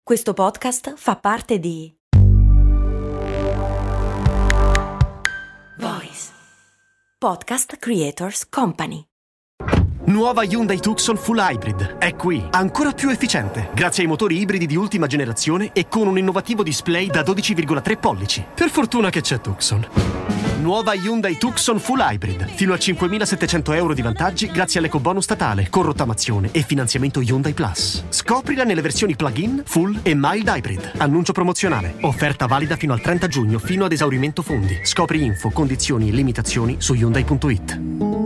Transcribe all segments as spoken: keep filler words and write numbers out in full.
Questo podcast fa parte di Voice Podcast Creators Company. Nuova Hyundai Tucson Full Hybrid è qui, ancora più efficiente, grazie ai motori ibridi di ultima generazione e con un innovativo display da dodici virgola tre pollici. Per fortuna che c'è Tucson. Nuova Hyundai Tucson Full Hybrid, fino a cinquemilasettecento euro di vantaggi grazie all'ecobonus statale, con rottamazione e finanziamento Hyundai Plus. Scoprila nelle versioni plug-in, full e mild hybrid. Annuncio promozionale, offerta valida fino al trenta giugno, fino ad esaurimento fondi. Scopri info, condizioni e limitazioni su Hyundai punto it.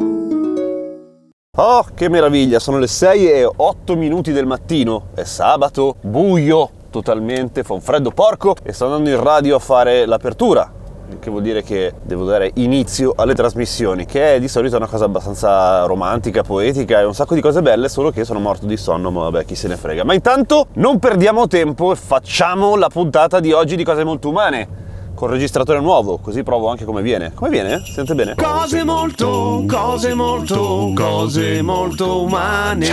Oh, che meraviglia, sono le sei e otto minuti del mattino, è sabato, buio totalmente, fa un freddo porco e sto andando in radio a fare l'apertura, che vuol dire che devo dare inizio alle trasmissioni, che è di solito una cosa abbastanza romantica, poetica e un sacco di cose belle, solo che sono morto di sonno, ma vabbè, chi se ne frega. Ma intanto non perdiamo tempo e facciamo la puntata di oggi di Cose Molto Umane, con registratore nuovo, così provo anche come viene. Come viene? Si sente bene? Cose molto, cose molto, cose molto umane.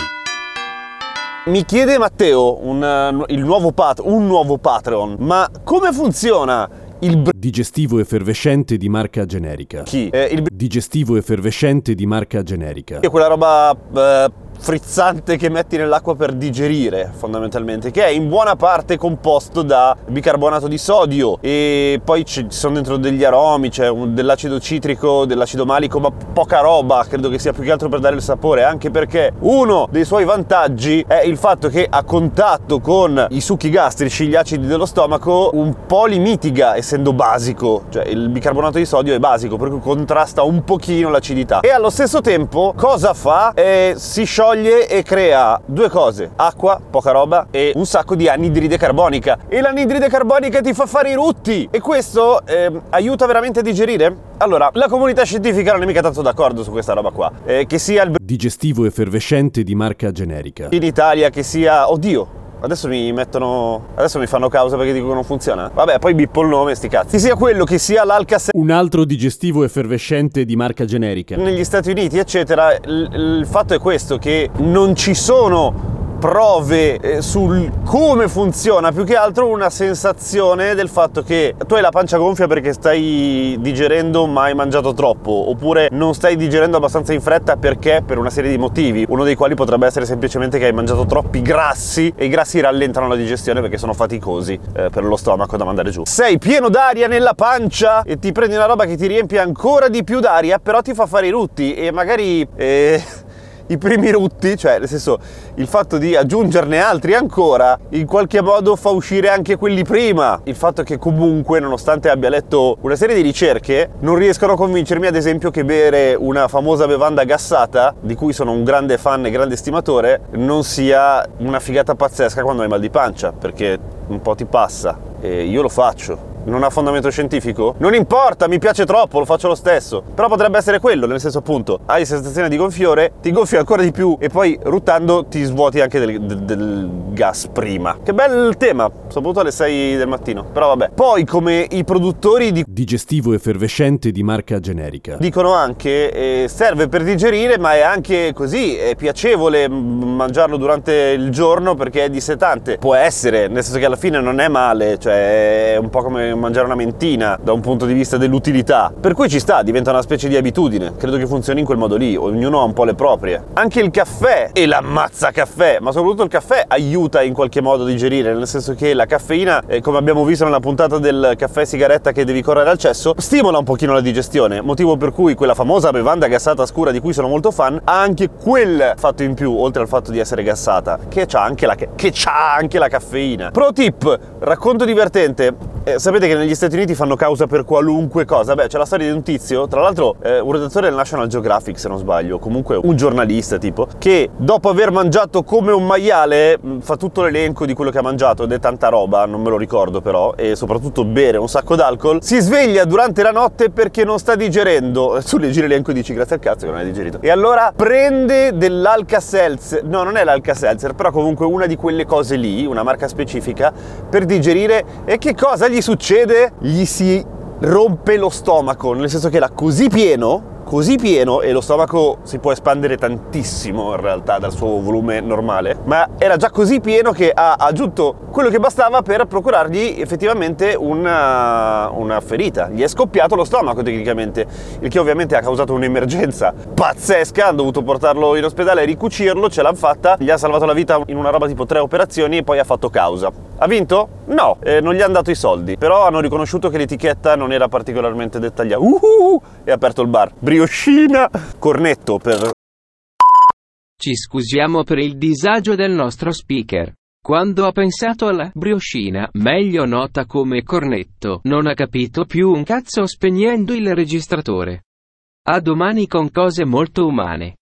Mi chiede Matteo, un, il nuovo pat- un nuovo Patreon, ma come funziona il br- digestivo effervescente di marca generica? Chi? Eh, il br- Digestivo effervescente di marca generica. È quella roba eh, frizzante che metti nell'acqua per digerire, fondamentalmente, che è in buona parte composto da bicarbonato di sodio e poi ci sono dentro degli aromi, c'è un, dell'acido citrico, dell'acido malico, ma poca roba, credo che sia più che altro per dare il sapore, anche perché uno dei suoi vantaggi è il fatto che a contatto con i succhi gastrici, gli acidi dello stomaco, un po' li mitiga, essendo basico, cioè il bicarbonato di sodio è basico, per cui contrasta un pochino l'acidità e allo stesso tempo cosa fa? Eh, si scioglie e crea due cose: acqua, poca roba, e un sacco di anidride carbonica, e l'anidride carbonica ti fa fare i rutti e questo eh, aiuta veramente a digerire? Allora, la comunità scientifica non è mica tanto d'accordo su questa roba qua, eh, che sia il digestivo effervescente di marca generica in Italia, che sia, oddio, adesso mi mettono, adesso mi fanno causa perché dico che non funziona. Vabbè, poi bippo il nome, sti cazzi. Che sia quello, che sia l'Alka-Seltzer, un altro digestivo effervescente di marca generica negli Stati Uniti, eccetera, il, il fatto è questo, che non ci sono prove eh, sul come funziona, più che altro una sensazione del fatto che tu hai la pancia gonfia perché stai digerendo ma hai mangiato troppo, oppure non stai digerendo abbastanza in fretta perché per una serie di motivi, uno dei quali potrebbe essere semplicemente che hai mangiato troppi grassi e i grassi rallentano la digestione perché sono faticosi eh, per lo stomaco da mandare giù. Sei pieno d'aria nella pancia e ti prendi una roba che ti riempie ancora di più d'aria, però ti fa fare i rutti e magari eh, i primi rutti, cioè nel senso il fatto di aggiungerne altri ancora, in qualche modo fa uscire anche quelli prima. Il fatto che comunque, nonostante abbia letto una serie di ricerche, non riescono a convincermi ad esempio che bere una famosa bevanda gassata, di cui sono un grande fan e grande stimatore, non sia una figata pazzesca quando hai mal di pancia, perché un po' ti passa e io lo faccio. Non ha fondamento scientifico? Non importa, mi piace troppo, lo faccio lo stesso. Però potrebbe essere quello, nel senso, appunto, hai sensazione di gonfiore, ti gonfi ancora di più e poi ruttando ti svuoti anche del, del, del gas prima. Che bel tema, soprattutto alle sei del mattino, però vabbè. Poi, come i produttori di digestivo effervescente di marca generica dicono anche, eh, serve per digerire, ma è anche così, è piacevole mangiarlo durante il giorno perché è dissetante. Può essere, nel senso che alla fine non è male, cioè è un po' come mangiare una mentina da un punto di vista dell'utilità, per cui ci sta, diventa una specie di abitudine. Credo che funzioni in quel modo lì, ognuno ha un po' le proprie. Anche il caffè e l'ammazza caffè, ma soprattutto il caffè aiuta in qualche modo a digerire, nel senso che la caffeina, eh, come abbiamo visto nella puntata del caffè sigaretta che devi correre al cesso, stimola un pochino la digestione, motivo per cui quella famosa bevanda gassata scura di cui sono molto fan ha anche quel fatto in più, oltre al fatto di essere gassata, che c'ha anche la, che c'ha anche la caffeina. Pro tip, racconto divertente, eh, sapete che negli Stati Uniti fanno causa per qualunque cosa. Beh, c'è la storia di un tizio, tra l'altro eh, un redattore del National Geographic se non sbaglio, comunque un giornalista tipo, che dopo aver mangiato come un maiale mh, fa tutto l'elenco di quello che ha mangiato, ed è tanta roba, non me lo ricordo però, e soprattutto bere un sacco d'alcol, si sveglia durante la notte perché non sta digerendo. Tu leggi l'elenco e dici grazie al cazzo che non hai digerito, e allora prende dell'Alka-Seltzer, no non è l'Alka-Seltzer, però comunque una di quelle cose lì, una marca specifica per digerire, e che cosa gli succede? Gli si rompe lo stomaco, nel senso che l'ha così pieno così pieno, e lo stomaco si può espandere tantissimo in realtà dal suo volume normale, ma era già così pieno che ha aggiunto quello che bastava per procurargli effettivamente una, una ferita. Gli è scoppiato lo stomaco tecnicamente, il che ovviamente ha causato un'emergenza pazzesca. Hanno dovuto portarlo in ospedale e ricucirlo, ce l'hanno fatta, gli ha salvato la vita in una roba tipo tre operazioni e poi ha fatto causa. Ha vinto? No, eh, non gli hanno dato i soldi, però hanno riconosciuto che l'etichetta non era particolarmente dettagliata. Uhuh, e ha aperto il bar. Brioscina, cornetto per... Ci scusiamo per il disagio del nostro speaker. Quando ha pensato alla brioscina, meglio nota come cornetto, non ha capito più un cazzo spegnendo il registratore. A domani con cose molto umane.